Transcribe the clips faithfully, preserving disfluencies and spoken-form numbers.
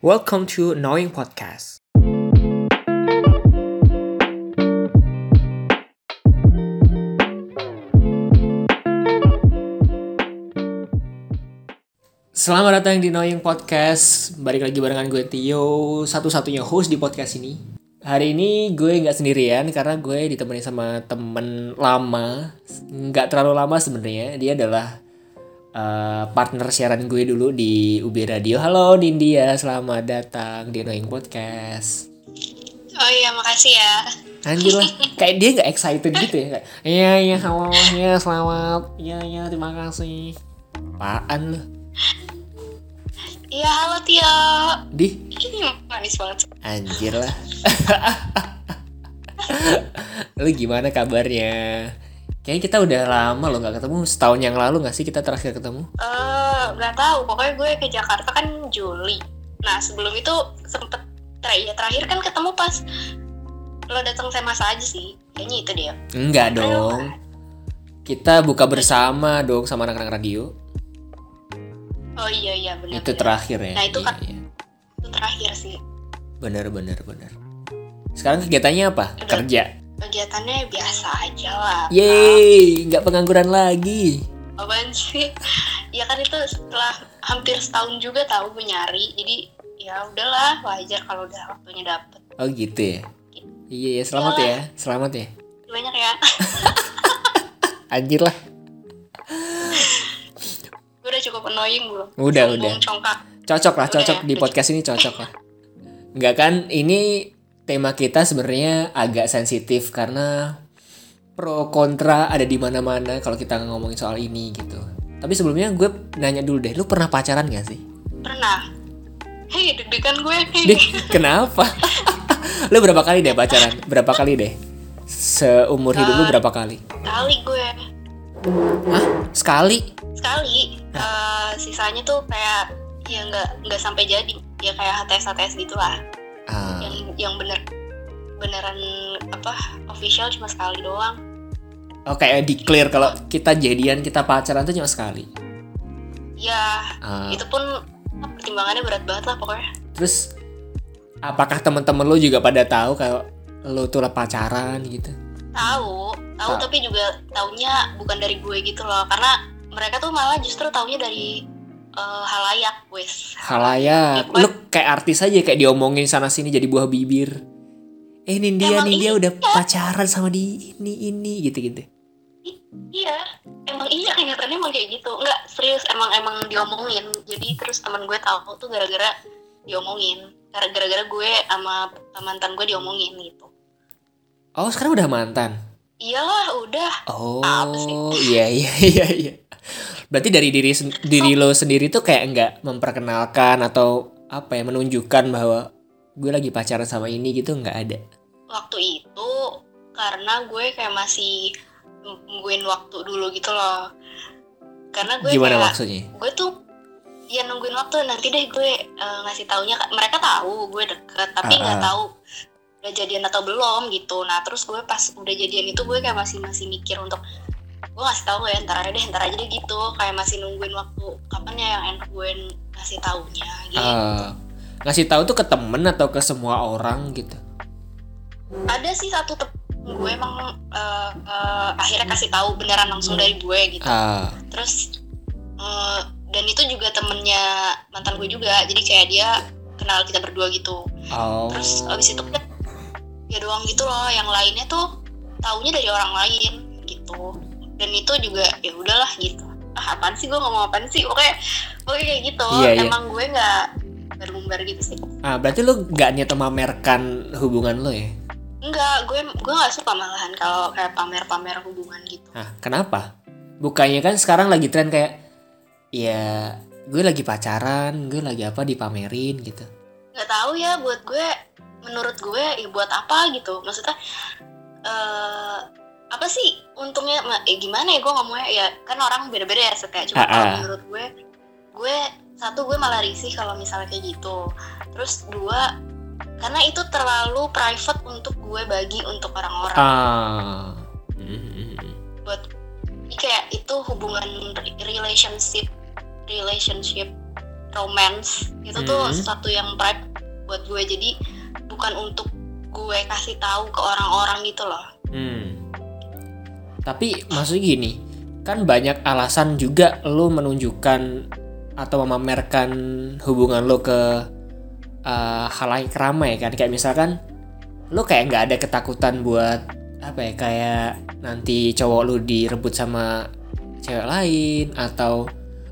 Welcome to Knowing Podcast. Selamat datang di Knowing Podcast. Balik lagi barengan gue Tio, satu-satunya host di podcast ini. Hari ini gue gak sendirian karena gue ditemani sama temen lama. Gak terlalu lama sebenarnya. Dia adalah uh, partner siaran gue dulu di U B Radio. Halo Nindya, selamat datang di Knowing Podcast. Oh iya, makasih ya. Anjir lah, kayak dia gak excited gitu ya. Kayak, iya, iya, halo, iya, selamat. Iya, iya, terima kasih. Apaan lu? Iya, halo Tio. Di? Ini manis banget. Anjir lah. Lu gimana kabarnya? Kayaknya kita udah lama loh gak ketemu. Setahun yang lalu gak sih kita terakhir ketemu? Eh, uh, gak tahu. Pokoknya gue ke Jakarta kan Juli. Nah, sebelum itu sempet ter- ya, terakhir kan ketemu pas lo datang sama aja sih. Kayaknya itu dia. Enggak dong. Kita buka bersama dong sama anak-anak radio. Oh iya iya benar. Itu terakhir ya. Nah itu iya, kan iya. Itu terakhir sih. Bener bener bener. Sekarang kegiatannya apa? Udah, kerja. Kegiatannya biasa aja lah. Yeay, nggak pengangguran lagi. Apaan sih? Ya kan itu setelah hampir setahun juga tahu gue nyari. Jadi ya udahlah, wajar kalau udah waktunya dapet. Oh gitu ya. Gitu. Iya ya, selamat Yalah. ya, selamat ya. Banyak ya. Anjir lah. Udah cukup annoying belum? Udah, Sombong, udah. Congkak. Cocok lah, Udah cocok ya, di udah podcast ini cocok lah. Enggak kan, ini tema kita sebenarnya agak sensitif karena pro kontra ada di mana-mana kalau kita ngomongin soal ini gitu. Tapi sebelumnya gue nanya dulu deh, lu pernah pacaran gak sih? Pernah. Hei, deg-degan gue. Deh, kenapa? Lu berapa kali deh pacaran? Berapa kali deh? Seumur hidup lu berapa kali? Sekali gue. Hah? Sekali? Sekali. Uh, sisanya tuh kayak ya nggak nggak sampai jadi. Ya kayak H T S H T S gitulah. Ah. Yang yang bener beneran apa official cuma sekali doang. Oh kayak declare kalau kita jadian, kita pacaran tuh cuma sekali. Ya, Ah. itu pun pertimbangannya berat banget lah pokoknya. Terus apakah teman-teman lo juga pada tahu kalau lo tuh lah pacaran gitu? Tahu, tahu Ta- tapi juga taunya bukan dari gue gitu loh. Karena mereka tuh malah justru taunya dari uh, halayak, wes. Halayak, Ya, lo kayak artis aja kayak diomongin sana sini jadi buah bibir. Eh Nindya, Emang Nindya iya. udah pacaran sama di ini ini gitu-gitu. Iya, emang iya kenyataannya emang kayak gitu. Enggak, serius emang emang diomongin. Jadi terus teman gue tahu tuh gara-gara diomongin. Gara-gara gue sama mantan gue diomongin gitu. Oh sekarang udah mantan? Iyalah, udah. Oh Apa sih? iya iya iya iya. Berarti dari diri sen- diri lo sendiri tuh kayak nggak memperkenalkan atau apa ya menunjukkan bahwa gue lagi pacaran sama ini gitu, nggak ada. Waktu itu karena gue kayak masih nungguin waktu dulu gitu loh. Karena gue Gimana kayak maksudnya? gue tuh ya nungguin waktu, nanti deh gue uh, ngasih taunya. Mereka tahu gue deket tapi nggak Ah, ah. tahu udah jadian atau belum gitu. Nah terus gue pas udah jadian itu gue kayak masih masih mikir untuk gue ngasih tahu ya ntar aja deh ntar aja deh gitu, kayak masih nungguin waktu kapan ya yang enak gue ngasih taunya gitu. Ah, ngasih tahu tuh ke temen atau ke semua orang gitu? Ada sih satu temen gue emang uh, uh, akhirnya kasih tahu beneran langsung dari gue gitu. Ah, Terus uh, dan itu juga temennya mantan gue juga, jadi kayak dia kenal kita berdua gitu. oh, Terus abis itu kan ya doang gitu loh, yang lainnya tuh taunya dari orang lain gitu. Dan itu juga ya udahlah gitu. Ah apaan sih gue ngomong apaan sih? Oke, oke kayak gitu. Iya, iya. Emang gue nggak berumbar gitu sih. ah berarti lo nggak niat memamerkan hubungan lo ya? Enggak, gue gue nggak suka malahan kalau kayak pamer-pamer hubungan gitu. Ah, kenapa? Bukannya kan sekarang lagi tren kayak, ya gue lagi pacaran, gue lagi apa dipamerin gitu. Nggak tahu ya, buat gue, menurut gue ya buat apa gitu. Maksudnya eh apa sih untungnya? Eh gimana ya gue ngomongnya ya, kan orang beda-beda ya setiap. Cuma Ah, kalau ah. menurut gue, gue satu gue malah risih kalau misalnya kayak gitu. Terus dua, karena itu terlalu private untuk gue bagi untuk orang-orang. Ah, mm-hmm. Buat kayak itu hubungan relationship relationship romance itu Hmm. tuh sesuatu yang private buat gue, jadi bukan untuk gue kasih tahu ke orang-orang gitu loh. Hmm. Tapi maksudnya gini, kan banyak alasan juga lo menunjukkan atau memamerkan hubungan lo ke uh, halayak ramai kan. Kayak misalkan lo kayak nggak ada ketakutan buat apa ya, kayak nanti cowok lo direbut sama cewek lain, atau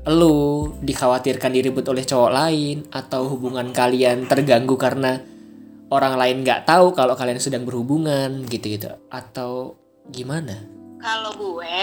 lo dikhawatirkan direbut oleh cowok lain, atau hubungan kalian terganggu karena orang lain nggak tahu kalau kalian sedang berhubungan gitu-gitu, atau gimana? Kalau gue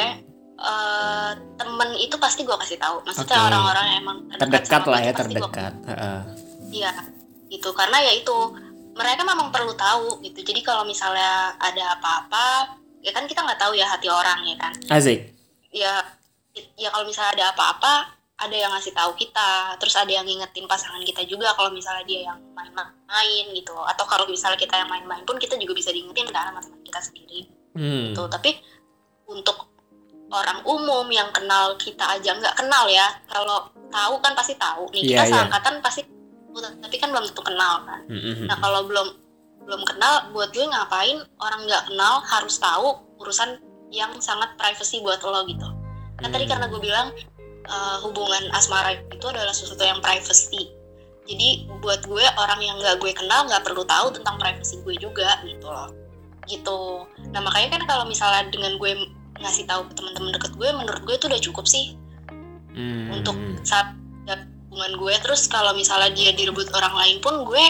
uh, temen itu pasti gue kasih tahu, maksudnya Oke. orang-orang yang emang Terdekat sama lah gue ya, itu pasti gue- terdekat. Heeh. Iya, itu karena ya itu mereka memang perlu tahu gitu. Jadi kalau misalnya ada apa-apa, ya kan kita nggak tahu ya hati orang ya kan. Asik. Ya, ya kalau misalnya ada apa-apa, ada yang ngasih tahu kita, terus ada yang ngingetin pasangan kita juga kalau misalnya dia yang main-main gitu. Atau kalau misalnya kita yang main-main pun kita juga bisa diingetin kan sama teman kita sendiri. Hmm. Gitu. Tapi untuk orang umum yang kenal kita aja nggak kenal ya, kalau tahu kan pasti tahu nih, kita Iya, iya. seangkatan pasti, tapi kan belum tentu kenal kan. Mm-mm. Nah kalau belum belum kenal, buat gue ngapain orang nggak kenal harus tahu urusan yang sangat privacy buat lo gitu. Nah tadi karena gue bilang uh, hubungan asmara itu adalah sesuatu yang privacy, jadi buat gue orang yang nggak gue kenal nggak perlu tahu tentang privacy gue juga gitu loh, gitu. Nah makanya kan kalau misalnya dengan gue ngasih tahu ke teman-teman deket gue, menurut gue itu udah cukup sih Hmm. untuk saat hubungan gue. Terus kalau misalnya dia direbut orang lain pun gue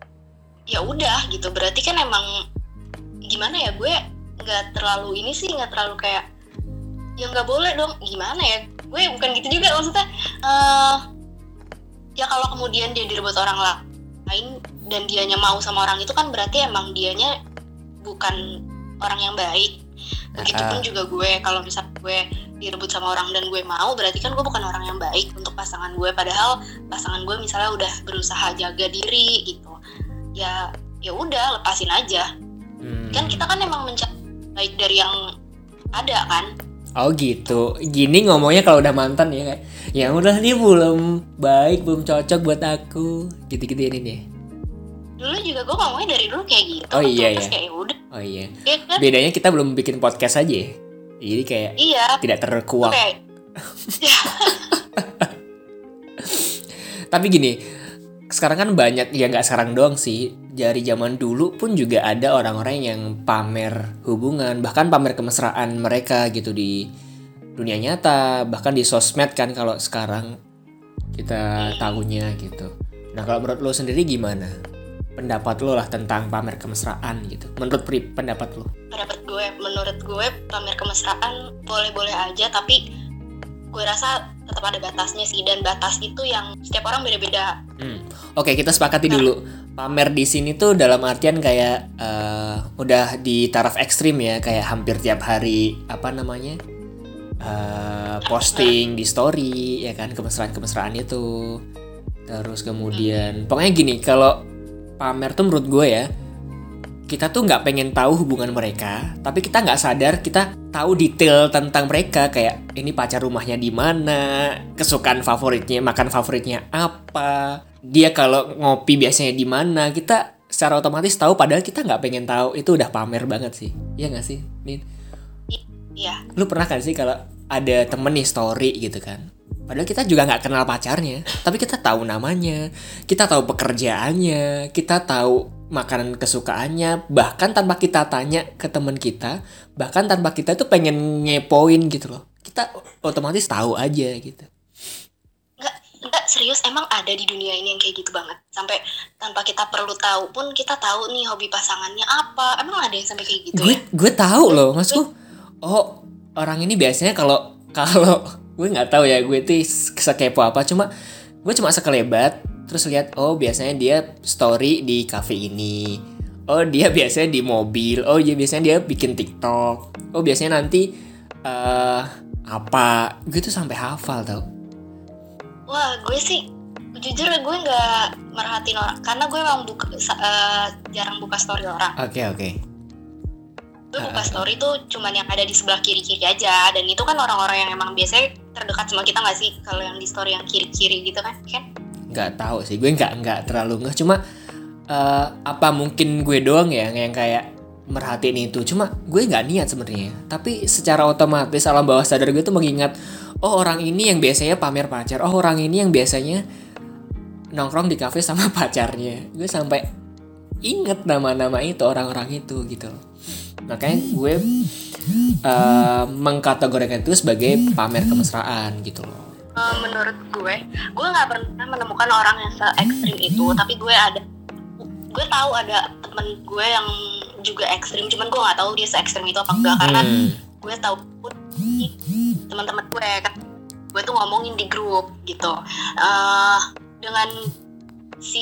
ya udah gitu, berarti kan emang gimana ya, gue nggak terlalu ini sih, nggak terlalu kayak ya nggak boleh dong, gimana ya, gue bukan gitu juga maksudnya. Uh, ya kalau kemudian dia direbut orang lain dan dianya mau sama orang itu kan berarti emang dianya bukan orang yang baik. Begitupun juga gue, kalau misalnya gue direbut sama orang dan gue mau, berarti kan gue bukan orang yang baik untuk pasangan gue, padahal pasangan gue misalnya udah berusaha jaga diri gitu. Ya ya udah, lepasin aja. Hmm. Kan kita kan emang mencari baik dari yang ada kan. Oh gitu. Gini ngomongnya kalau udah mantan ya, kayak ya udah dia belum baik, belum cocok buat aku. Gitu-gitu ini nih. Dulu juga gue ngomongnya dari dulu kayak gitu. Oh iya, terus iya. kayak udah. Oh iya. Ya kan? Bedanya kita belum bikin podcast aja ya. Jadi kayak Iya. tidak terkuak. Kayak Tapi gini, sekarang kan banyak, ya nggak sekarang doang sih. Dari zaman dulu pun juga ada orang-orang yang pamer hubungan, bahkan pamer kemesraan mereka gitu di dunia nyata, bahkan di sosmed kan kalau sekarang kita tahunya gitu. Nah kalau menurut lo sendiri gimana? Pendapat lo lah tentang pamer kemesraan gitu. Menurut pri, pendapat lo? pendapat gue, menurut gue pamer kemesraan boleh-boleh aja, tapi gue rasa tetap ada batasnya sih, dan batas itu yang setiap orang beda-beda. Hmm. Oke, kita sepakati dulu. Pamer di sini tuh dalam artian kayak uh, udah di taraf ekstrim ya, kayak hampir tiap hari apa namanya uh, posting di story ya kan, kemesraan-kemesraan itu. Terus kemudian pokoknya gini, kalau pamer tuh menurut gue ya, kita tuh nggak pengen tahu hubungan mereka, tapi kita nggak sadar kita tahu detail tentang mereka, kayak ini pacar rumahnya di mana, kesukaan favoritnya, makan favoritnya apa, dia kalau ngopi biasanya di mana, kita secara otomatis tahu, padahal kita nggak pengen tahu. Itu udah pamer banget sih, iya nggak sih, Nin? Iya. Lu pernah kan sih kalau ada temen nih story gitu kan, padahal kita juga nggak kenal pacarnya, tapi kita tahu namanya, kita tahu pekerjaannya, kita tahu makanan kesukaannya, bahkan tanpa kita tanya ke teman kita, bahkan tanpa kita tuh pengen ngepoin gitu loh, kita otomatis tahu aja gitu. Enggak, enggak serius, emang ada di dunia ini yang kayak gitu banget. Sampai tanpa kita perlu tahu pun kita tahu nih hobi pasangannya apa. Emang ada yang sampai kayak gitu Gue ya? gue tahu loh, maksudku, oh orang ini biasanya kalau kalau gue nggak tahu ya, gue tuh sekepo apa, cuma gue cuma sekelebat terus lihat, oh biasanya dia story di cafe ini, oh dia biasanya di mobil, oh dia biasanya dia bikin TikTok, oh biasanya nanti uh, apa gitu, sampai hafal tau. Wah, gue sih jujur gue nggak merhatiin orang, karena gue emang buka, uh, jarang buka story orang. Oke okay, oke. Okay. Gue buka story tuh cuman yang ada di sebelah kiri-kiri aja, dan itu kan orang-orang yang emang biasanya terdekat sama kita nggak sih, kalau yang di story yang kiri-kiri gitu kan, kan? nggak tahu sih, gue nggak nggak terlalu ngeh. Cuma uh, apa mungkin gue doang ya yang kayak merhatiin itu. Cuma gue nggak niat sebenarnya. Tapi secara otomatis alam bawah sadar gue tuh mengingat, oh orang ini yang biasanya pamer pacar, oh orang ini yang biasanya nongkrong di kafe sama pacarnya. Gue sampai inget nama-nama itu, orang-orang itu gitu. Makanya gue uh, mengkategorikan itu sebagai pamer kemesraan gitu loh. Menurut gue, gue nggak pernah menemukan orang yang se-ekstrim itu, tapi gue ada, gue tahu ada temen gue yang juga ekstrim, cuman gue nggak tahu dia se-ekstrim itu apa enggak, karena hmm. gue tahu teman-teman gue kan, gue tuh ngomongin di grup gitu, uh, dengan si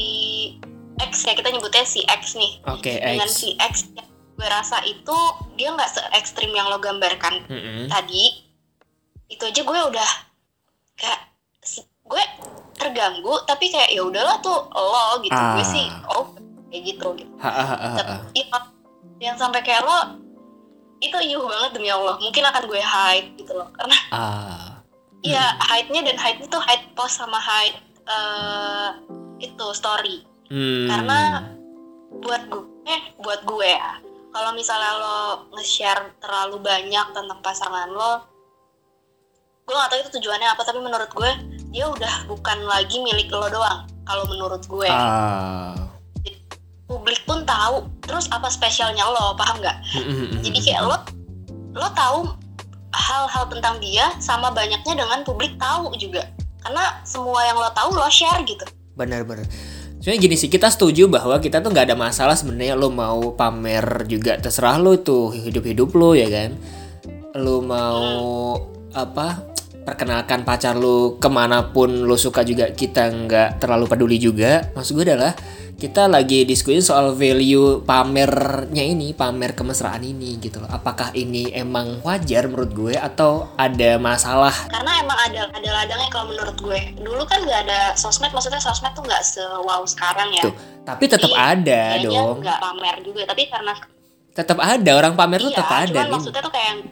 X ya, kita nyebutnya si X nih, okay, dengan X. si X yang gue rasa itu dia nggak se-ekstrim yang lo gambarkan mm-hmm. tadi, itu aja gue udah kayak gue terganggu, tapi kayak ya udahlah tuh lo gitu, ah. gue sih oh kayak gitu gitu. Ha, ha, ha, ha. Tapi yang sampai kayak lo itu yuh banget demi Allah, mungkin akan gue hide gitu loh, karena ah. ya hide-nya dan hide itu hide post sama hide uh, itu story, hmm. karena buat gue buat gue ya, kalau misalnya lo nge-share terlalu banyak tentang pasangan lo, gue gak tahu itu tujuannya apa, tapi menurut gue dia udah bukan lagi milik lo doang. Kalau menurut gue, uh. Jadi, publik pun tahu. Terus apa spesialnya lo, paham nggak? Jadi kayak lo, lo tahu hal-hal tentang dia sama banyaknya dengan publik tahu juga. Karena semua yang lo tahu lo share gitu. Benar-benar. Soalnya gini sih, kita setuju bahwa kita tuh nggak ada masalah sebenarnya lo mau pamer juga, terserah lo tuh hidup-hidup lo ya kan. Lo mau hmm. apa? Perkenalkan pacar lu kemanapun lu suka juga, kita nggak terlalu peduli juga. Maksud gue adalah kita lagi diskusin soal value pamernya ini, pamer kemesraan ini gitu loh. Apakah ini emang wajar menurut gue atau ada masalah? Karena emang ada ada ladangnya kalau menurut gue. Dulu kan nggak ada sosmed, maksudnya sosmed tuh nggak se-wow sekarang ya. Tuh, tapi tetap ada dong. Nggak pamer juga, tapi karena tetap ada orang pamer, iya, tuh tetap ada. Cuman nih. Maksudnya tuh kayak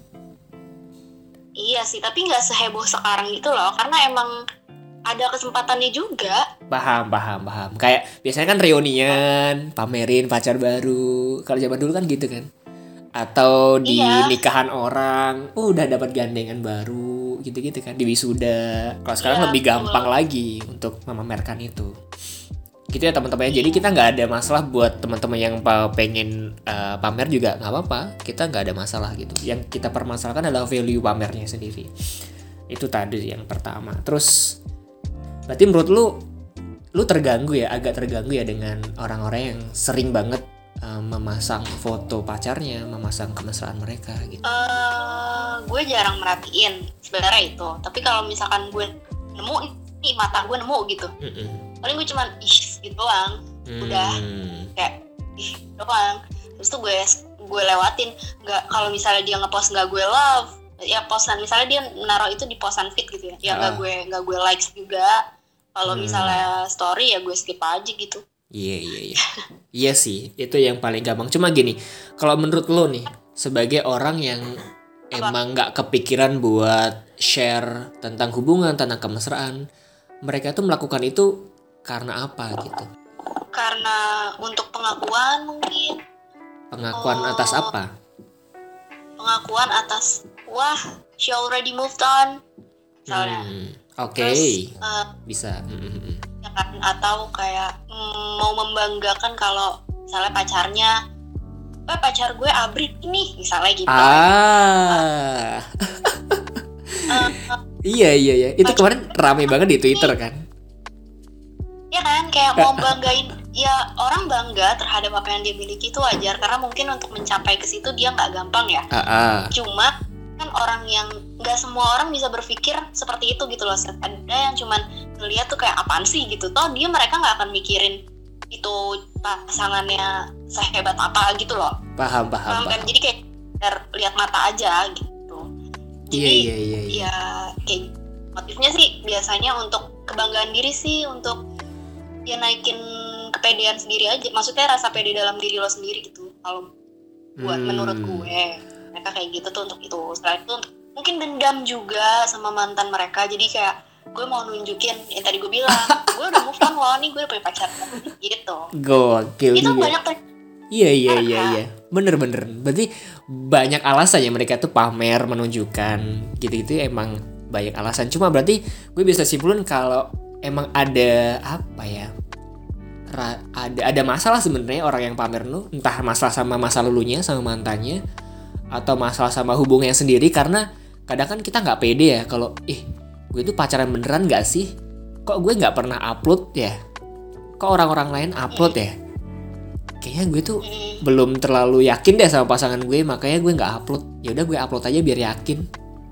iya sih, tapi nggak seheboh sekarang gitu loh, karena emang ada kesempatannya juga. Paham, paham, paham. Kayak biasanya kan reunian, pamerin pacar baru. Kalau zaman dulu kan gitu kan. Atau di iya. nikahan orang, uh, udah dapat gandengan baru, gitu-gitu kan, di wisuda. Kalau sekarang iya, lebih gampang betul. lagi untuk memamerkan itu. Gitu ya teman-teman. Jadi kita nggak ada masalah buat teman-teman yang pengen uh, pamer juga nggak apa-apa. Kita nggak ada masalah gitu. Yang kita permasalahkan adalah value pamernya sendiri. Itu tadi yang pertama. Terus berarti menurut lu, lu terganggu ya, agak terganggu ya dengan orang-orang yang sering banget uh, memasang foto pacarnya, memasang kemesraan mereka gitu. Uh, gue jarang merhatiin sebenarnya itu. Tapi kalau misalkan gue nemu nih, mata gue nemu gitu. Mm-mm. Paling gue cuman ih gitu doang, hmm. udah kayak ih doang. Terus tuh gue gue lewatin. Nggak, kalau misalnya dia ngepost nggak gue love, ya postan misalnya dia naruh itu di postan feed gitu ya, ya nggak ah. gue nggak gue likes juga. Kalau hmm. misalnya story ya gue skip aja gitu. Iya iya iya. Iya sih, itu yang paling gampang. Cuma gini, kalau menurut lo nih sebagai orang yang apa? Emang nggak kepikiran buat share tentang hubungan, tentang kemesraan, mereka tuh melakukan itu karena apa gitu? Karena untuk pengakuan mungkin. Pengakuan oh, atas apa? Pengakuan atas, wah, she already moved on, misalnya. Hmm, Oke, okay. uh, bisa. Ya kan? Atau kayak mm, mau membanggakan kalau misalnya pacarnya, eh pacar gue abrik nih, misalnya gitu. Ah. uh, uh, iya iya iya. Itu kemarin rame banget di Twitter kan? Ya kan, kayak mau banggain, ya orang bangga terhadap apa yang dia miliki itu wajar, karena mungkin untuk mencapai ke situ dia nggak gampang ya. Uh-uh. Cuma kan orang yang nggak semua orang bisa berpikir seperti itu gitu loh. Ada yang cuman ngeliat tuh kayak apaan sih gitu. Toh dia mereka nggak akan mikirin itu pasangannya sehebat apa gitu loh. Paham paham. Paham kan? Jadi kayak lihat mata aja gitu. Jadi yeah, yeah, yeah, yeah. ya kayak motifnya sih biasanya untuk kebanggaan diri sih, untuk ya naikin kepedean sendiri aja, maksudnya rasa pede dalam diri lo sendiri gitu. Kalau buat hmm. menurut gue mereka kayak gitu tuh untuk itu. Setelah itu untuk mungkin dendam juga sama mantan mereka, jadi kayak gue mau nunjukin yang tadi gue bilang gue udah move on loh, nih gue udah punya pacar gitu. Gokil Itu juga. banyak tuh. Iya iya iya iya. Bener-bener. Berarti banyak alasan ya mereka tuh pamer, menunjukkan gitu-gitu, emang banyak alasan. Cuma berarti gue bisa simpulin kalau emang ada apa ya? Ra- ada ada masalah sebenarnya orang yang pamer tuh, entah masalah sama masa lalunya sama mantannya atau masalah sama hubungannya sendiri, karena kadang kan kita nggak pede ya kalau ih gue tuh pacaran beneran nggak sih, kok gue nggak pernah upload ya, kok orang-orang lain upload ya, kayaknya gue tuh belum terlalu yakin deh sama pasangan gue, makanya gue nggak upload. Ya udah gue upload aja biar yakin,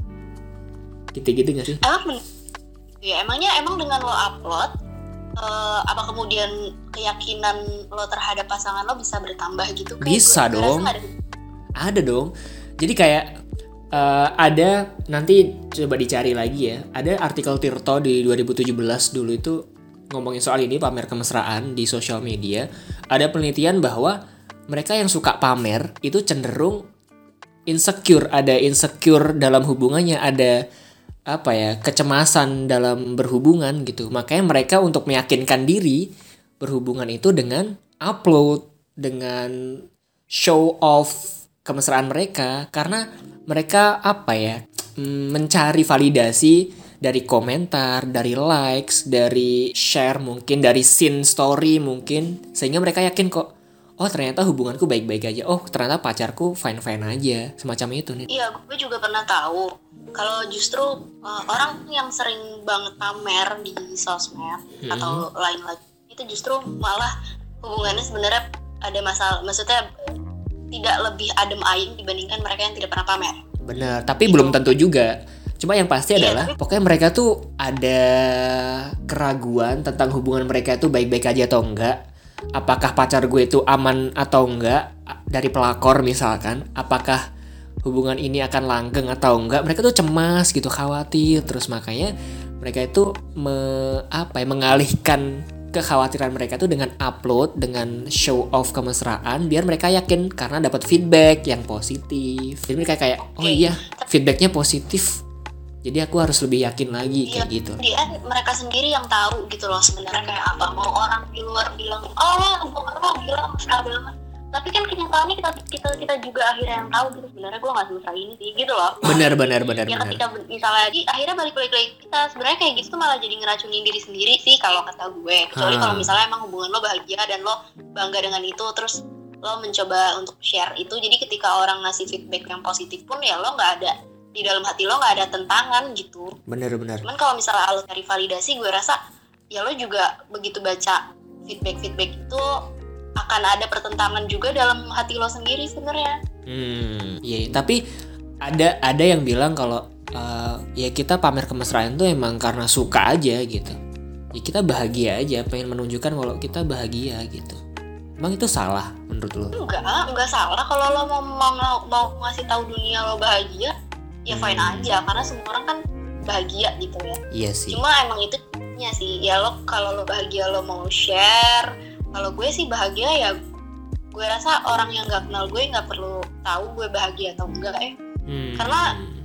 gitu-gitu nggak sih? Emang ya emangnya emang dengan lo upload Uh, apa kemudian keyakinan lo terhadap pasangan lo bisa bertambah gitu? Kayak Bisa gue, dong. gue ada. Ada dong. Jadi kayak uh, ada, nanti coba dicari lagi ya. Ada artikel Tirto di dua ribu tujuh belas dulu itu ngomongin soal ini, pamer kemesraan di sosial media. Ada penelitian bahwa mereka yang suka pamer itu cenderung insecure, ada insecure dalam hubungannya, ada apa ya, kecemasan dalam berhubungan gitu. Makanya mereka untuk meyakinkan diri berhubungan itu dengan upload, dengan show off kemesraan mereka, karena mereka apa ya, mencari validasi dari komentar, dari likes, dari share mungkin, dari scene story mungkin, sehingga mereka yakin kok, oh ternyata hubunganku baik-baik aja, oh ternyata pacarku fine-fine aja, semacam itu nih. Iya, gue juga pernah tahu kalau justru uh, orang yang sering banget pamer di sosmed hmm. atau lain lagi itu justru malah hubungannya sebenarnya ada masalah, maksudnya tidak lebih adem ayem dibandingkan mereka yang tidak pernah pamer. Benar, tapi gitu. Belum tentu juga. Cuma yang pasti iya, adalah tapi... pokoknya mereka tuh ada keraguan tentang hubungan mereka itu baik-baik aja atau enggak. Apakah pacar gue itu aman atau enggak dari pelakor misalkan. Apakah hubungan ini akan langgeng atau enggak. Mereka tuh cemas gitu, khawatir. Terus makanya mereka itu me, apa ya, mengalihkan kekhawatiran mereka tuh dengan upload, dengan show off kemesraan, biar mereka yakin karena dapat feedback yang positif. Jadi mereka kayak, oh iya feedbacknya positif, jadi aku harus lebih yakin lagi, kayak iya, gitu. Dia mereka sendiri yang tahu gitu loh sebenarnya kayak apa. Mau orang di luar bilang, oh bukan lo bilang mesra banget, tapi kan kenyataannya kita kita kita juga akhirnya yang tahu gitu sebenarnya gue nggak semesra ini sih gitu loh. Benar benar benar ya benar. Ketika misalnya lagi akhirnya balik-balik lagi kita sebenarnya kayak gitu tuh malah jadi ngeracunin diri sendiri sih kalau kata gue. Kecuali hmm. kalau misalnya emang hubungan lo bahagia dan lo bangga dengan itu, terus lo mencoba untuk share itu, jadi ketika orang ngasih feedback yang positif pun ya lo nggak ada, di dalam hati lo nggak ada tentangan gitu. Benar benar. Cuman kalau misalnya lo cari validasi, gue rasa ya lo juga begitu baca feedback-feedback itu akan ada pertentangan juga dalam hati lo sendiri sebenarnya. Hmm, iya. Tapi ada ada yang bilang kalau uh, ya kita pamer kemesraan tuh emang karena suka aja gitu. Ya kita bahagia aja, pengen menunjukkan kalau kita bahagia gitu. Emang itu salah menurut lo? Enggak, enggak salah kalau lo mau mau, mau ngasih tahu dunia lo bahagia, ya fine hmm. aja, karena semua orang kan bahagia gitu ya. Iya sih. Cuma emang itu nya sih, ya lo kalau lo bahagia lo mau share. Kalau gue sih bahagia ya, gue rasa orang yang nggak kenal gue nggak perlu tahu gue bahagia atau enggak ya. Hmm. Karena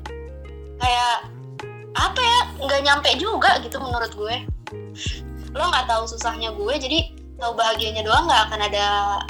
kayak apa ya, nggak nyampe juga gitu menurut gue. Lo nggak tahu susahnya gue, jadi tahu bahagianya doang, nggak akan ada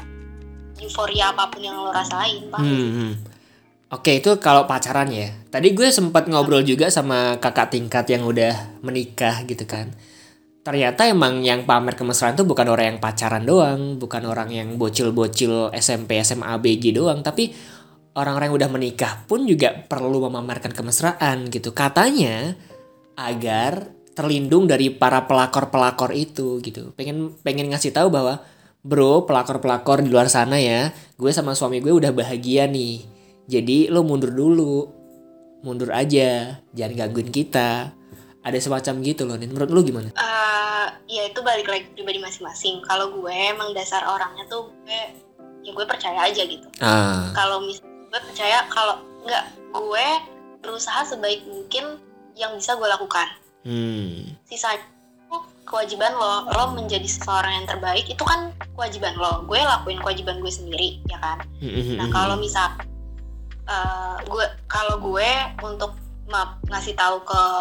euforia apapun yang lo rasain, Pak. Hmm. Oke, itu kalau pacaran ya. Tadi gue sempat ngobrol juga sama kakak tingkat yang udah menikah gitu kan. Ternyata emang yang pamer kemesraan tuh bukan orang yang pacaran doang, bukan orang yang bocil-bocil S M P, S M A, B G doang, tapi orang-orang yang udah menikah pun juga perlu memamerkan kemesraan gitu. Katanya agar terlindung dari para pelakor-pelakor itu gitu. Pengen pengen ngasih tahu bahwa bro, pelakor-pelakor di luar sana ya, gue sama suami gue udah bahagia nih. Jadi lo mundur dulu, mundur aja, jangan gangguin kita. Ada semacam gitu loh, Nin. Menurut lu gimana? Uh, ya itu balik lagi pribadi masing-masing. Kalau gue emang dasar orangnya tuh gue, ya gue percaya aja gitu. Ah. Kalau misalnya gue percaya, kalau nggak, gue berusaha sebaik mungkin yang bisa gue lakukan. Hmm. Sisanya itu kewajiban lo, lo menjadi seseorang yang terbaik itu kan kewajiban lo. Gue lakuin kewajiban gue sendiri, ya kan. Mm-hmm. Nah kalau misal uh, gue, kalau gue untuk maaf, ngasih tahu ke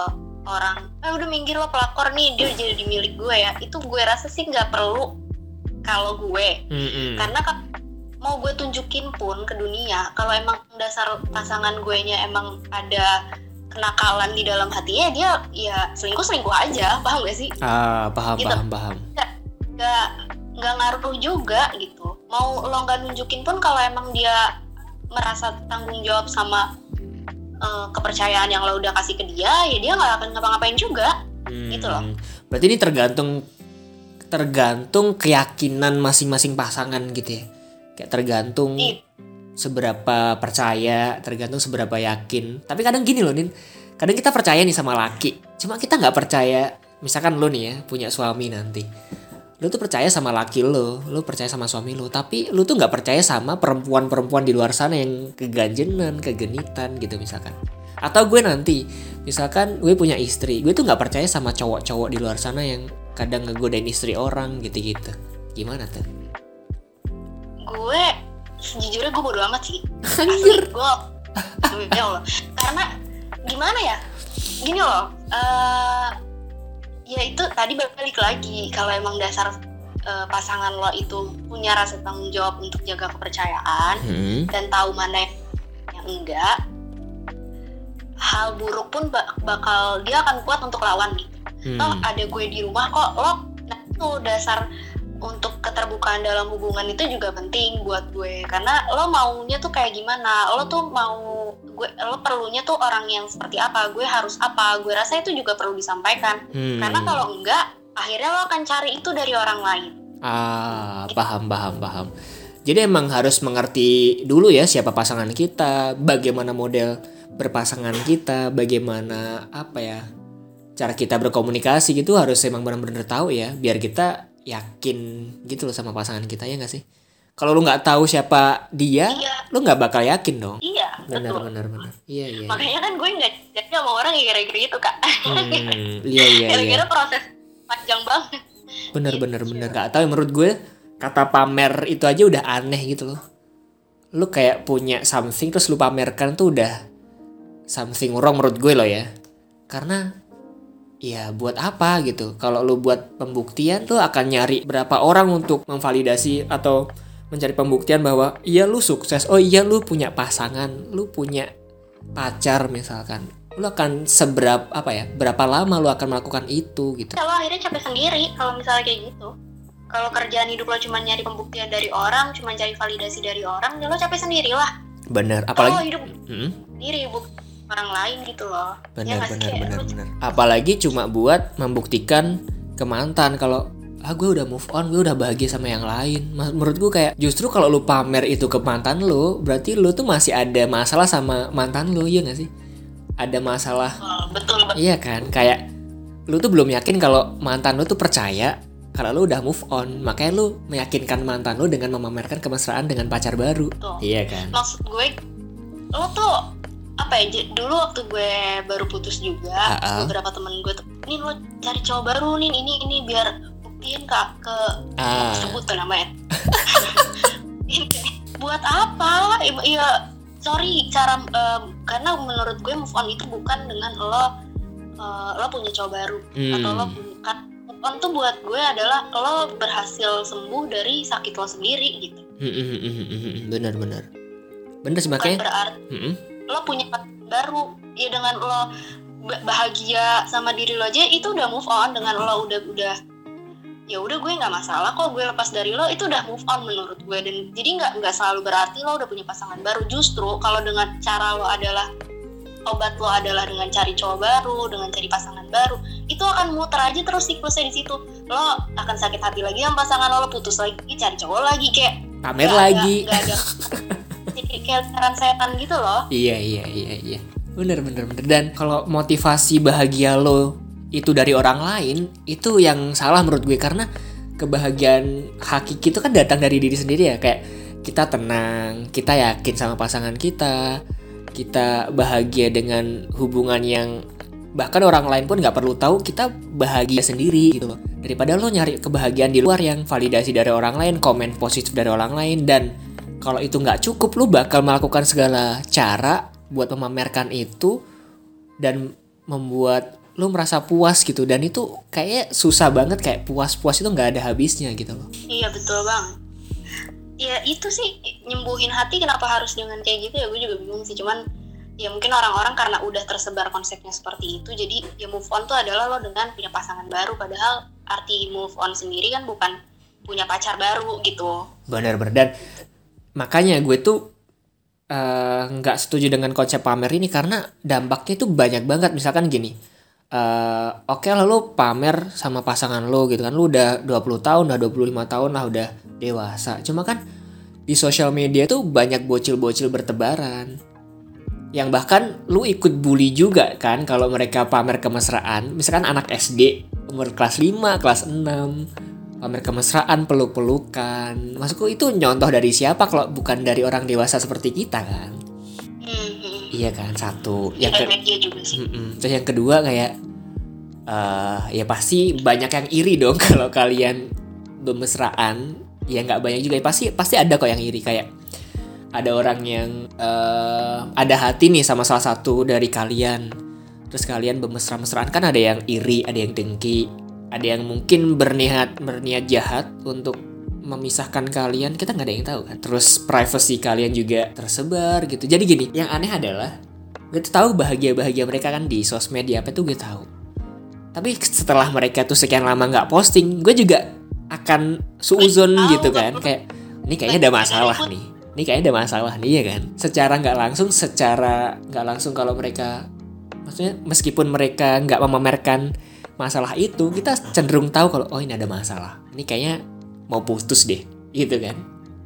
orang, eh udah minggir lo pelakor nih, dia jadi milik gue ya, itu gue rasa sih nggak perlu kalau gue. Mm-hmm. Karena kan mau gue tunjukin pun ke dunia, kalau emang dasar pasangan gue nya emang ada kenakalan di dalam hatinya, dia ya selingkuh selingkuh aja, paham gak sih? Ah, paham gitu. paham paham. Nggak nggak nggak ngaruh juga gitu. Mau lo nggak nunjukin pun, kalau emang dia merasa tanggung jawab sama uh, kepercayaan yang lo udah kasih ke dia, ya dia nggak akan ngapa-ngapain juga, hmm. gitu loh. Berarti ini tergantung tergantung keyakinan masing-masing pasangan gitu ya. Kayak tergantung I. seberapa percaya, tergantung seberapa yakin. Tapi kadang gini loh, Nin. Kadang kita percaya nih sama laki, cuma kita nggak percaya. Misalkan lo nih ya punya suami nanti, lo tuh percaya sama laki lo, lo percaya sama suami lo, tapi lo tuh nggak percaya sama perempuan-perempuan di luar sana yang keganjenan, kegenitan gitu misalkan. Atau gue nanti, misalkan gue punya istri, gue tuh nggak percaya sama cowok-cowok di luar sana yang kadang ngegodain istri orang gitu-gitu. Gimana tuh? Gue sejujurnya gue bodo amat sih. Anjir. Gue, ya Allah. Karena gimana ya? Gini loh. Uh, ya itu tadi balik lagi, kalau emang dasar uh, pasangan lo itu punya rasa tanggung jawab untuk jaga kepercayaan hmm. dan tahu mana yang enggak, hal buruk pun bak- bakal dia akan kuat untuk lawan gitu. Hmm. Toh ada gue di rumah kok, lo nah itu dasar untuk keterbukaan dalam hubungan itu juga penting buat gue, karena lo maunya tuh kayak gimana, lo tuh mau gue, lo perlunya tuh orang yang seperti apa, gue harus apa, gue rasa itu juga perlu disampaikan. Hmm. Karena kalau enggak, akhirnya lo akan cari itu dari orang lain. Ah, paham, paham, paham. Jadi emang harus mengerti dulu ya siapa pasangan kita, bagaimana model berpasangan kita, bagaimana apa ya cara kita berkomunikasi gitu, harus emang benar-benar tahu ya, biar kita yakin gitu loh sama pasangan kita, ya nggak sih? Kalau lu nggak tahu siapa dia, iya. lu nggak bakal yakin dong. Iya, benar, betul. Benar, benar, iya, iya. Makanya kan gue nggak jadi sama orang yang kira-kira itu, Kak. Hmm, iya, iya, kira-kira iya. proses panjang banget. Bener, bener, bener. Gak tahu, menurut gue kata pamer itu aja udah aneh gitu loh. Lu kayak punya something terus lu pamerkan tuh udah something wrong menurut gue loh ya. Karena ya buat apa gitu? Kalau lu buat pembuktian tuh akan nyari berapa orang untuk memvalidasi atau mencari pembuktian bahwa iya lu sukses, oh iya lu punya pasangan, lu punya pacar misalkan. Lu akan seberapa apa ya? Berapa lama lu akan melakukan itu gitu. Kalau akhirnya capek sendiri kalau misalnya kayak gitu. Kalau kerjaan hidup lo cuma nyari pembuktian dari orang, cuma cari validasi dari orang, ya lo capek sendiri lah. Bener, apalagi kalau hidup hmm? sendiri bukan orang lain gitu loh. Bener, ya, bener, bener, bener. Apalagi cuma buat membuktikan ke mantan kalau ah gue udah move on, gue udah bahagia sama yang lain. Menurut gue kayak justru kalau lu pamer itu ke mantan lu, berarti lu tuh masih ada masalah sama mantan lu, iya gak sih? Ada masalah. Oh, betul, betul. Iya kan? Kayak lu tuh belum yakin kalau mantan lu tuh percaya kalau lu udah move on, makanya lu meyakinkan mantan lu dengan memamerkan kemesraan dengan pacar baru. Tuh. Iya kan? Maksud gue, lu tuh apa ya, dulu waktu gue baru putus juga, uh-uh. beberapa temen gue tuh, nih lo cari cowok baru nih, ini ini biar buktiin kak ke uh. sebut tuh namanya. Buat apa? Iya, sorry, cara um, karena menurut gue move on itu bukan dengan lo uh, lo punya cowok baru hmm. atau lo bukan. Move on tuh buat gue adalah lo berhasil sembuh dari sakit lo sendiri gitu. Benar-benar. Benar sih, makanya. Berarti hmm. lo punya pasangan baru, ya dengan lo bahagia sama diri lo aja itu udah move on. Dengan lo udah udah ya udah gue nggak masalah kok gue lepas dari lo, itu udah move on menurut gue. Dan jadi nggak nggak selalu berarti lo udah punya pasangan baru. Justru kalau dengan cara lo adalah obat lo adalah dengan cari cowok baru, dengan cari pasangan baru, itu akan muter aja terus siklusnya di situ. Lo akan sakit hati lagi sama pasangan lo, lo putus lagi, cari cowok lagi, kayak pamer lagi. Nggak ada kayak lingkaran setan gitu loh. Iya iya iya iya. Bener bener bener. Dan kalau motivasi bahagia lo itu dari orang lain, itu yang salah menurut gue. Karena kebahagiaan hakiki itu kan datang dari diri sendiri ya. Kayak kita tenang, kita yakin sama pasangan kita, kita bahagia dengan hubungan yang bahkan orang lain pun gak perlu tahu kita bahagia sendiri gitu loh. Daripada lo nyari kebahagiaan di luar yang validasi dari orang lain, komen positif dari orang lain. Dan kalau itu gak cukup, lo bakal melakukan segala cara buat memamerkan itu dan membuat lu merasa puas gitu, dan itu kayak susah banget, kayak puas-puas itu nggak ada habisnya gitu loh. Iya betul bang. Ya itu sih nyembuhin hati kenapa harus dengan kayak gitu ya, gue juga bingung sih. Cuman ya mungkin orang-orang karena udah tersebar konsepnya seperti itu, jadi ya move on tuh adalah lo dengan punya pasangan baru, padahal arti move on sendiri kan bukan punya pacar baru gitu. Benar-benar. Dan makanya gue tuh nggak uh, setuju dengan konsep pamer ini, karena dampaknya tuh banyak banget. Misalkan gini, uh, oke okay lah lo pamer sama pasangan lo gitu kan, lo udah dua puluh tahun, udah dua puluh lima tahun lah, udah dewasa. Cuma kan di sosial media tuh banyak bocil-bocil bertebaran, yang bahkan lu ikut bully juga kan kalau mereka pamer kemesraan. Misalkan anak S D umur kelas lima, kelas enam pamer kemesraan, peluk-pelukan. Maksudku itu nyontoh dari siapa kalau bukan dari orang dewasa seperti kita kan? Mm-hmm. Iya kan, satu. Yang ke- juga sih. Terus yang kedua kayak uh, ya pasti banyak yang iri dong kalau kalian bermesraan. Ya nggak banyak juga, pasti pasti ada kok yang iri. Kayak ada orang yang uh, ada hati nih sama salah satu dari kalian, terus kalian bermesra-mesraan, kan ada yang iri, ada yang dengki, ada yang mungkin berniat berniat jahat untuk memisahkan kalian, kita nggak ada yang tahu kan. Terus privacy kalian juga tersebar gitu. Jadi gini, yang aneh adalah gue tuh tahu bahagia-bahagia mereka kan di sosmed, di apa tuh gue tahu. Tapi setelah mereka tuh sekian lama nggak posting, gue juga akan suuzon gitu kan, kayak ini kayaknya ada masalah nih. Ini kayaknya ada masalah nih ya kan. Secara nggak langsung, secara nggak langsung kalau mereka, maksudnya meskipun mereka nggak memamerkan masalah itu, kita cenderung tahu kalau oh ini ada masalah. Ini kayaknya mau putus deh, gitu kan.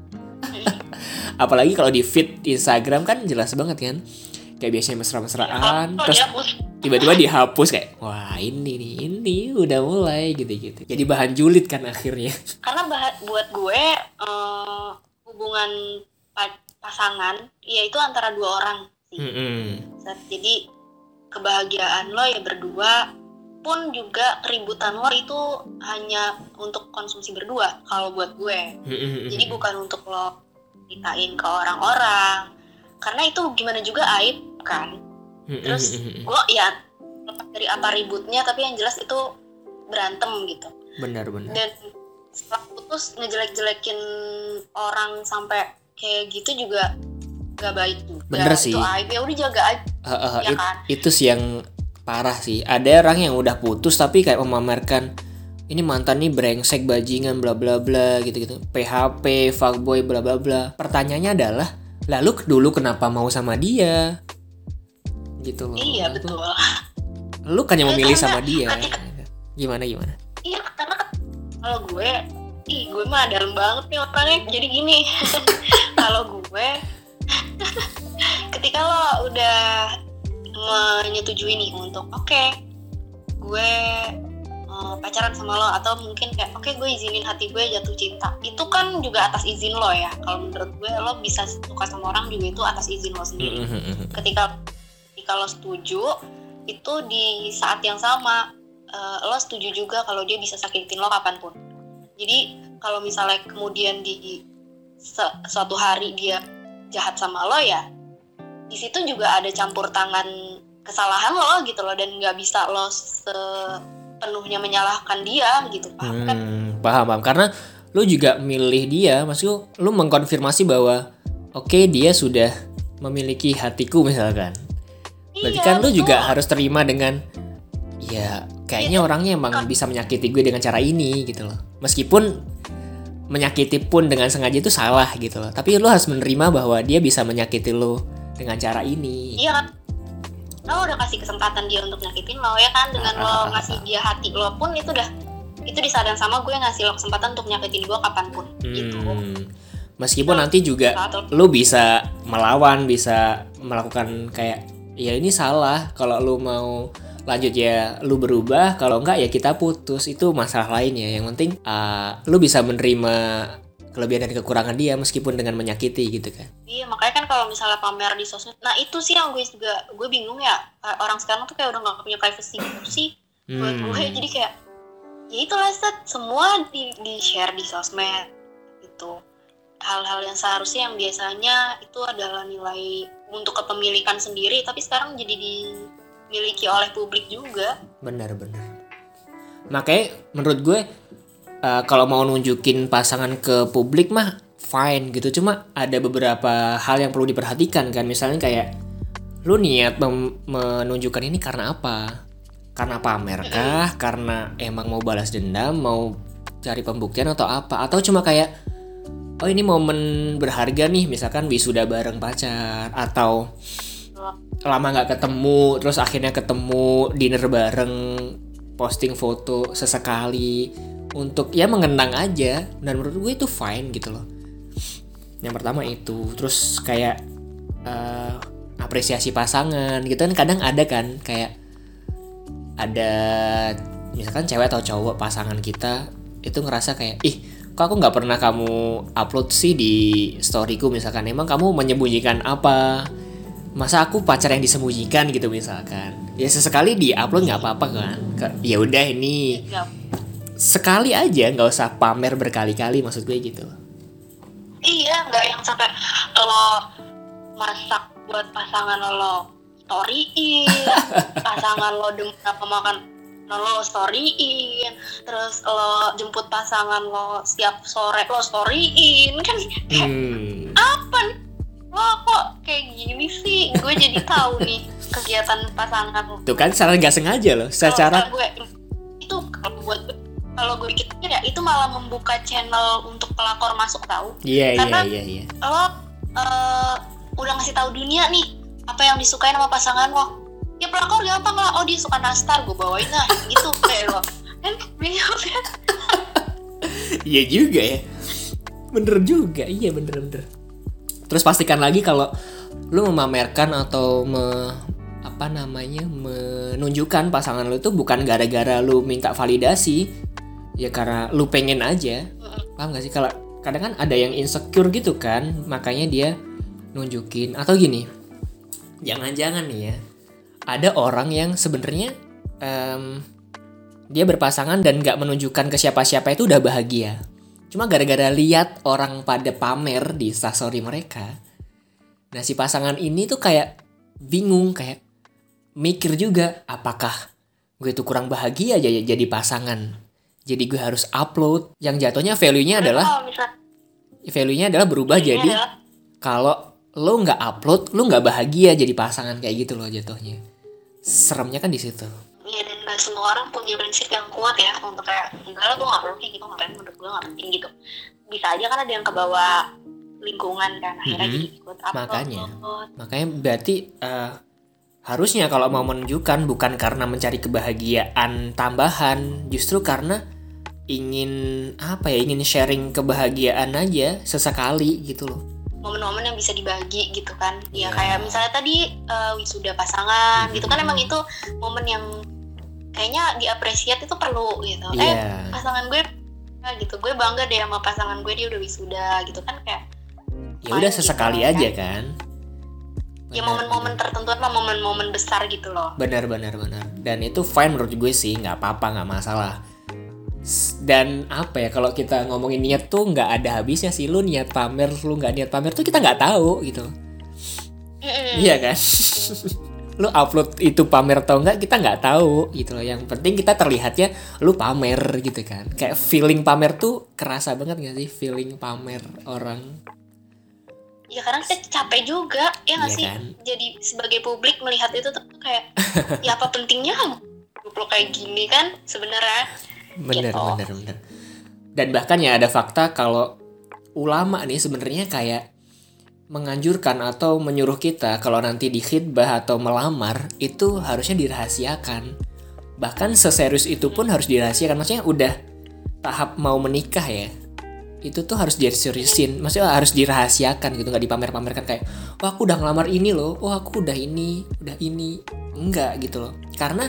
Apalagi kalau di feed Instagram kan jelas banget kan. Kayak biasanya mesra-mesraan, ya, terus tiba-tiba dihapus kayak wah ini nih, ini udah mulai gitu-gitu. Jadi bahan julid kan akhirnya. Karena bah- buat gue uh, hubungan pasangan ya itu antara dua orang sih. Mm-hmm. Jadi kebahagiaan lo ya berdua, pun juga keributan lo itu hanya untuk konsumsi berdua kalau buat gue. Mm-hmm. Jadi bukan untuk lo ceritain ke orang-orang, karena itu gimana juga aib kan. Mm-hmm. Terus gue ya lepas dari apa ributnya, tapi yang jelas itu berantem gitu. Benar-benar. Dan setelah putus ngejelek-jelekin orang sampai kayak gitu juga gak baik juga. Bener sih. Itu aib, ya udah jaga aib. Uh, uh, ya it, kan? Itu sih yang parah sih. Ada orang yang udah putus tapi kayak memamerkan ini mantan nih brengsek, bajingan, bla bla bla gitu-gitu. P H P, fuckboy, bla bla bla. Pertanyaannya adalah, lalu dulu kenapa mau sama dia? Gitu loh. Iya betul. Lu kan yang memilih sama dia. Ketika, gimana gimana? Iya karena kalau gue, ih gue mah dalam banget nih orangnya. Jadi gini, kalau gue ketika lo udah menyetujui nih untuk oke okay, gue uh, pacaran sama lo, atau mungkin kayak oke okay, gue izinin hati gue jatuh cinta, itu kan juga atas izin lo ya. Kalau menurut gue lo bisa suka sama orang juga itu atas izin lo sendiri. Ketika ketika lo setuju, itu di saat yang sama uh, lo setuju juga kalau dia bisa sakitin lo kapanpun. Jadi kalau misalnya kemudian di se- suatu hari dia jahat sama lo, ya di situ juga ada campur tangan kesalahan lo gitu loh, dan nggak bisa lo sepenuhnya menyalahkan dia gitu, paham kan? Hmm, paham paham karena lo juga milih dia, maksudnya lo mengkonfirmasi bahwa oke okay, dia sudah memiliki hatiku misalkan. Berarti iya, kan lo juga harus terima dengan ya kayaknya iya, orangnya emang kan bisa menyakiti gue dengan cara ini gitu loh. Meskipun menyakiti pun dengan sengaja itu salah gitu loh, tapi lo harus menerima bahwa dia bisa menyakiti lo dengan cara ini. Iya kan, lo udah kasih kesempatan dia untuk nyakitin lo ya kan, dengan lo ngasih dia hati lo pun itu udah, itu di saat yang sama gue ngasih lo kesempatan untuk nyakitin gue kapanpun hmm. gitu. Meskipun nah, nanti juga lo bisa melawan, bisa melakukan kayak ya ini salah, kalau lo mau lanjut ya lu berubah, kalau enggak ya kita putus, itu masalah lainnya. Yang penting uh, lu bisa menerima kelebihan dan kekurangan dia meskipun dengan menyakiti gitu kan. Iya, makanya kan kalau misalnya pamer di sosmed, nah itu sih yang gue juga gue bingung ya, orang sekarang tuh kayak udah nggak punya privacy gitu sih hmm. buat gue. Jadi kayak ya itulah set, semua di di share di sosmed gitu, hal-hal yang seharusnya yang biasanya itu adalah nilai untuk kepemilikan sendiri, tapi sekarang jadi di dimiliki oleh publik juga. Benar-benar. Makanya menurut gue uh, kalau mau nunjukin pasangan ke publik mah fine gitu. Cuma ada beberapa hal yang perlu diperhatikan kan. Misalnya kayak lu niat mem- menunjukkan ini karena apa? Karena pamer kah? Karena emang mau balas dendam, mau cari pembuktian atau apa? Atau cuma kayak oh ini momen berharga nih, misalkan wisuda bareng pacar, atau lama gak ketemu terus akhirnya ketemu dinner bareng, posting foto sesekali untuk ya mengenang aja. Dan menurut gue itu fine gitu loh. Yang pertama itu. Terus kayak uh, apresiasi pasangan gitu kan. Kadang ada kan kayak ada misalkan cewek atau cowok pasangan kita itu ngerasa kayak ih kok aku gak pernah kamu upload sih di storyku, misalkan emang kamu menyembunyikan apa, masa aku pacar yang disembunyikan gitu misalkan. Ya sesekali di upload nggak apa-apa kan, ya udah ini sekali aja, nggak usah pamer berkali-kali, maksud gue gitu. Iya, nggak yang sampai lo masak buat pasangan lo storyin, pasangan lo denger apa makan lo storyin, terus lo jemput pasangan lo setiap sore lo storyin kan. Hmm. Apa nih? Lo kok kayak gini sih? Gue jadi tahu nih kegiatan pasangan lo. Tuh kan secara nggak sengaja loh, secara gue itu kalau buat kalau gue pikir ya itu malah membuka channel untuk pelakor masuk tahu. Iya Karena iya iya. lo uh, udah ngasih tahu dunia nih apa yang disukain sama pasangan lo. Ya pelakor gampang lah, oh dia suka nastar, gue bawain lah gitu kayak lo kan bingung kan. Iya juga ya, bener juga, iya bener-bener. Terus pastikan lagi kalau lu memamerkan atau me, apa namanya menunjukkan pasangan lu itu bukan gara-gara lu minta validasi, ya karena lu pengen aja. Paham gak sih? Kalau kadang kan ada yang insecure gitu kan, makanya dia nunjukin. Atau gini, jangan-jangan nih ya, ada orang yang sebenarnya um, dia berpasangan dan gak menunjukkan ke siapa-siapa itu udah bahagia. Cuma gara-gara lihat orang pada pamer di instastory mereka, nah si pasangan ini tuh kayak bingung, kayak mikir juga, apakah gue tuh kurang bahagia aja ya jadi pasangan, jadi gue harus upload. Yang jatuhnya value-nya adalah value-nya adalah berubah jadi kalau lo nggak upload, lo nggak bahagia jadi pasangan, kayak gitu loh jatuhnya. Seremnya kan di situ. Iya, dan gak semua orang punya prinsip yang kuat ya untuk kayak enggak lah gue nggak perlu kayak gitu, ngapain menurut gue nggak penting gitu. Bisa aja kan ada yang kebawa lingkungan kan akhirnya Mm-hmm. jadi ikut upload. Makanya, makanya berarti uh, harusnya kalau mau menunjukkan bukan karena mencari kebahagiaan tambahan, justru karena ingin apa ya, ingin sharing kebahagiaan aja sesekali gitu loh. Momen-momen yang bisa dibagi gitu kan. Ya yeah. kayak misalnya tadi uh, wisuda pasangan gitu kan, emang itu momen yang kayaknya diapresiat itu perlu gitu. Yeah. Eh pasangan gue gitu, gue bangga deh sama pasangan gue, dia udah wisuda gitu kan, kayak ya udah sesekali gitu, aja kan. Benar, ya momen-momen benar. Tertentu lah, momen-momen besar gitu loh. Benar benar benar. Dan itu fine menurut gue sih, nggak apa-apa, nggak masalah. Dan apa ya, kalau kita ngomongin niat tuh nggak ada habisnya sih. Lu niat pamer, lu nggak niat pamer tuh kita nggak tahu gitu. Mm-hmm. Iya kan? Lu upload itu pamer atau enggak kita nggak tahu gitu loh. Yang penting kita terlihatnya lu pamer gitu kan. Kayak feeling pamer tuh kerasa banget nggak sih, feeling pamer orang? Ya karena kita capek juga ya nggak iya sih kan? Jadi sebagai publik melihat itu tuh kayak ya apa pentingnya lu kayak gini kan sebenarnya. Bener, gitu. bener, bener. Dan bahkan ya ada fakta kalau ulama nih sebenarnya kayak menganjurkan atau menyuruh kita kalau nanti di khitbah atau melamar itu harusnya dirahasiakan. Bahkan seserius itu pun harus dirahasiakan. Maksudnya udah tahap mau menikah ya, itu tuh harus diseriusin. Maksudnya harus dirahasiakan gitu, nggak dipamer-pamerkan kayak, oh aku udah ngelamar ini loh, oh aku udah ini, udah ini. Enggak gitu loh. Karena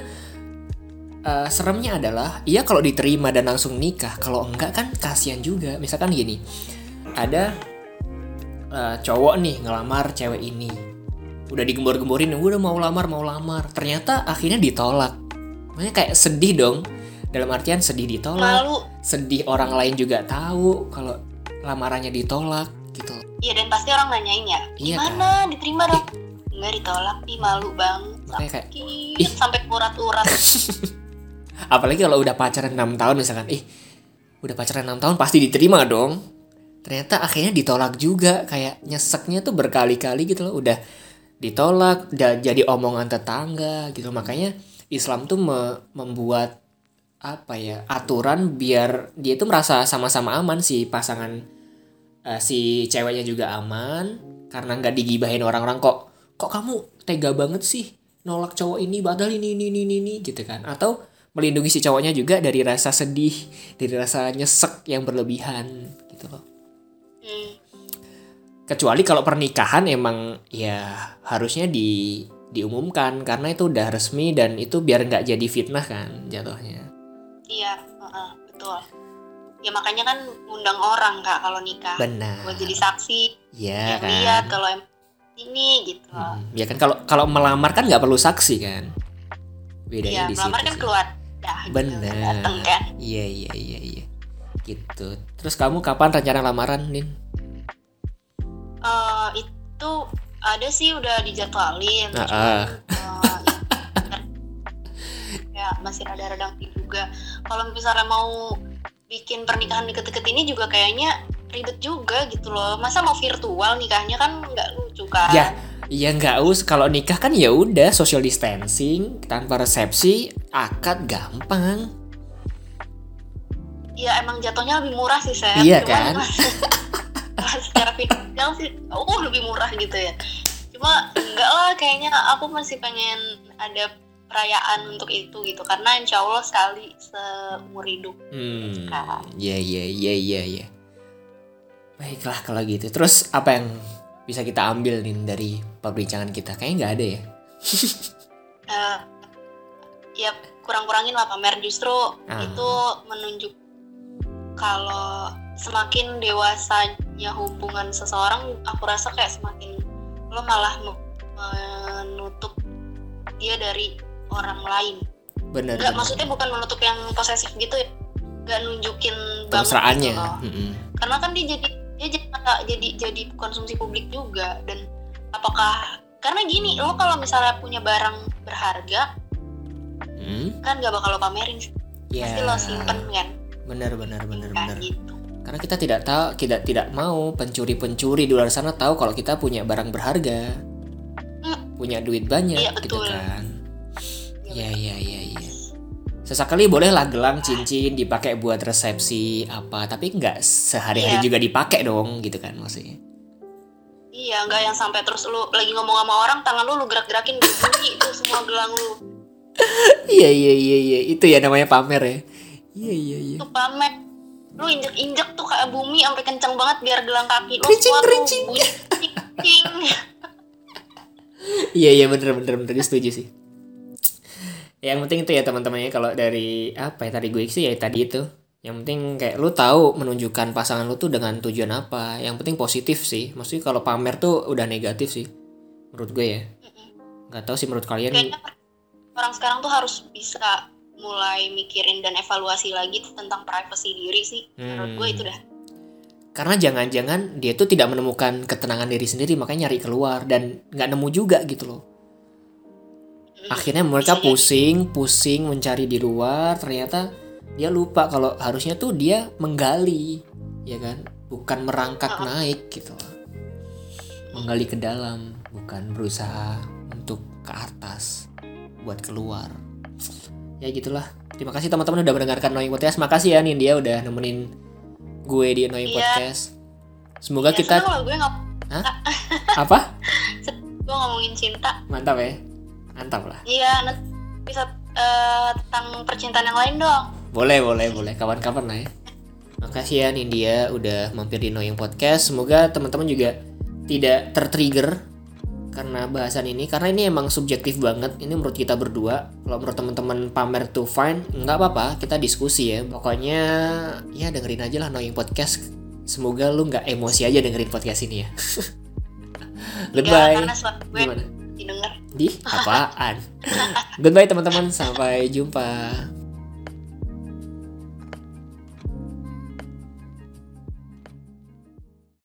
Uh, seremnya adalah, iya kalau diterima dan langsung nikah, kalau enggak kan kasihan juga. Misalkan gini, ada uh, cowok nih ngelamar cewek ini, udah digembor-gemborin, gue udah mau lamar mau lamar, ternyata akhirnya ditolak. Makanya kayak sedih dong, dalam artian sedih ditolak, malu. Sedih orang lain juga tahu kalau lamarannya ditolak gitu. Iya, dan pasti orang nanyain ya, iya gimana kan? diterima dong? Enggak, ditolak nih, malu banget. Makanya kayak sakit sampai urat-urat. Apalagi kalau udah pacaran enam tahun misalkan, ih udah pacaran enam tahun pasti diterima dong. Ternyata akhirnya ditolak juga, kayak nyeseknya tuh berkali-kali gitu loh. Udah ditolak, udah jadi omongan tetangga gitu. Makanya Islam tuh me- membuat apa ya, aturan biar dia tuh merasa sama-sama aman, si pasangan uh, si ceweknya juga aman, karena nggak digibahin orang-orang, kok kok kamu tega banget sih nolak cowok ini padahal ini ini ini ini gitu kan. Atau melindungi si cowoknya juga dari rasa sedih, dari rasa nyesek yang berlebihan gitu loh. Hmm. Kecuali kalau pernikahan emang ya harusnya di diumumkan karena itu udah resmi dan itu biar nggak jadi fitnah kan jatuhnya. Iya, uh-uh, betul. Ya makanya kan undang orang Kak kalau nikah. Benar. Buat jadi saksi. Iya kan. Lihat kalau em ini gitu. Hmm, ya kan kalau kalau melamar kan nggak perlu saksi kan. Bedanya Iya, di situ. melamar kan sih. keluar. Ya, Benar. Gitu, dateng kan. Iya iya iya iya. Gitu. Terus kamu kapan rencana lamaran, Nin? Uh, itu ada sih udah dijadwalin. Ah, cuman, ah. uh, ya masih rada-rada juga. Kalau misalnya mau bikin pernikahan deket-deket ini juga kayaknya ribet juga gitu loh. Masa mau virtual nikahnya kan nggak lucu kan? Ya, ya nggak us. Kalau nikah kan ya udah social distancing, tanpa resepsi, akad gampang. Ya emang jatuhnya lebih murah sih Seth. Iya Cuman, kan? secara finansial sih, oh lebih murah gitu ya. Cuma enggak lah, kayaknya aku masih pengen ada perayaan untuk itu gitu, karena insya Allah sekali seumur hidup. Hmm, Sekarang. ya ya ya ya ya. Baiklah kalau gitu. Terus apa yang bisa kita ambil nih dari perbincangan kita? Kayaknya nggak ada ya. Uh, ya kurang-kurangin lah pamer, justru Ah. itu menunjuk kalau semakin dewasanya hubungan seseorang, aku rasa kayak semakin lo malah menutup dia dari orang lain. Benar. Nggak, maksudnya bukan menutup yang posesif gitu ya, nggak nunjukin banget Kemesraannya. gitu loh. Mm-mm. Karena kan dia jadi dia jadi jadi jadi konsumsi publik juga. Dan apakah karena gini, lo kalau misalnya punya barang berharga Hmm? kan nggak bakal lo pamerin, Ya. pasti lo simpen kan. Benar benar benar Kan benar. gitu. Karena kita tidak tahu, tidak tidak mau pencuri-pencuri di luar sana tahu kalau kita punya barang berharga, Hmm. punya duit banyak, Iya, gitu betul. kan? Ya ya ya ya. Sesekali bolehlah gelang cincin dipakai buat resepsi apa, tapi nggak sehari-hari Iya. juga dipakai dong, gitu kan maksudnya. Iya, nggak yang sampai terus lu lagi ngomong sama orang, tangan lu lu gerak-gerakin bunyi itu semua gelang lu. Iya iya iya iya, itu ya namanya pamer ya. Iya iya iya. Itu pamer. Lu injek-injek tuh kayak bumi sampai kencang banget biar gelang kaki lu Kerincing, semua tuh kerincing. bunyi kerincing. Iya iya bener bener bener, gue setuju sih. Yang penting itu ya teman-temannya, kalau dari apa ya tadi gue sih ya tadi itu. Yang penting kayak lu tahu menunjukkan pasangan lu tuh dengan tujuan apa. Yang penting positif sih. Maksudnya kalau pamer tuh udah negatif sih menurut gue ya. Nggak tahu sih menurut kalian. Kayaknya orang sekarang tuh harus bisa mulai mikirin dan evaluasi lagi tentang privasi diri sih. Menurut gue itu dah. Karena jangan-jangan dia tuh tidak menemukan ketenangan diri sendiri, makanya nyari keluar dan nggak nemu juga gitu loh. Akhirnya mereka Bisa jadi. pusing, pusing mencari di luar, ternyata dia lupa kalau harusnya tuh dia menggali, ya kan? Bukan merangkak naik gitu loh. Menggali ke dalam, bukan berusaha untuk ke atas buat keluar. Ya gitulah. Terima kasih teman-teman udah mendengarkan Knowing Podcast. Makasih ya Nindya udah nemenin gue di Knowing Iya. Podcast. Semoga Ya, kita seneng loh gue ngom- apa? gue ngomongin cinta. Mantap ya. Mantap lah. Iya, nanti bisa eh, tentang percintaan yang lain dong. Boleh, boleh, boleh. Kapan-kapan lah ya. Makasih ya Nindya udah mampir di Knowing Podcast. Semoga teman-teman juga tidak tertrigger karena bahasan ini, karena ini emang subjektif banget. Ini menurut kita berdua. Kalau menurut teman-teman pamer tuh fine, nggak apa-apa. Kita diskusi ya. Pokoknya ya dengerin aja lah Knowing Podcast. Semoga lu nggak emosi aja dengerin podcast ini ya. Goodbye. Ya, karena suara gue Gimana? didengar. Di apaan? Goodbye teman-teman. Sampai jumpa.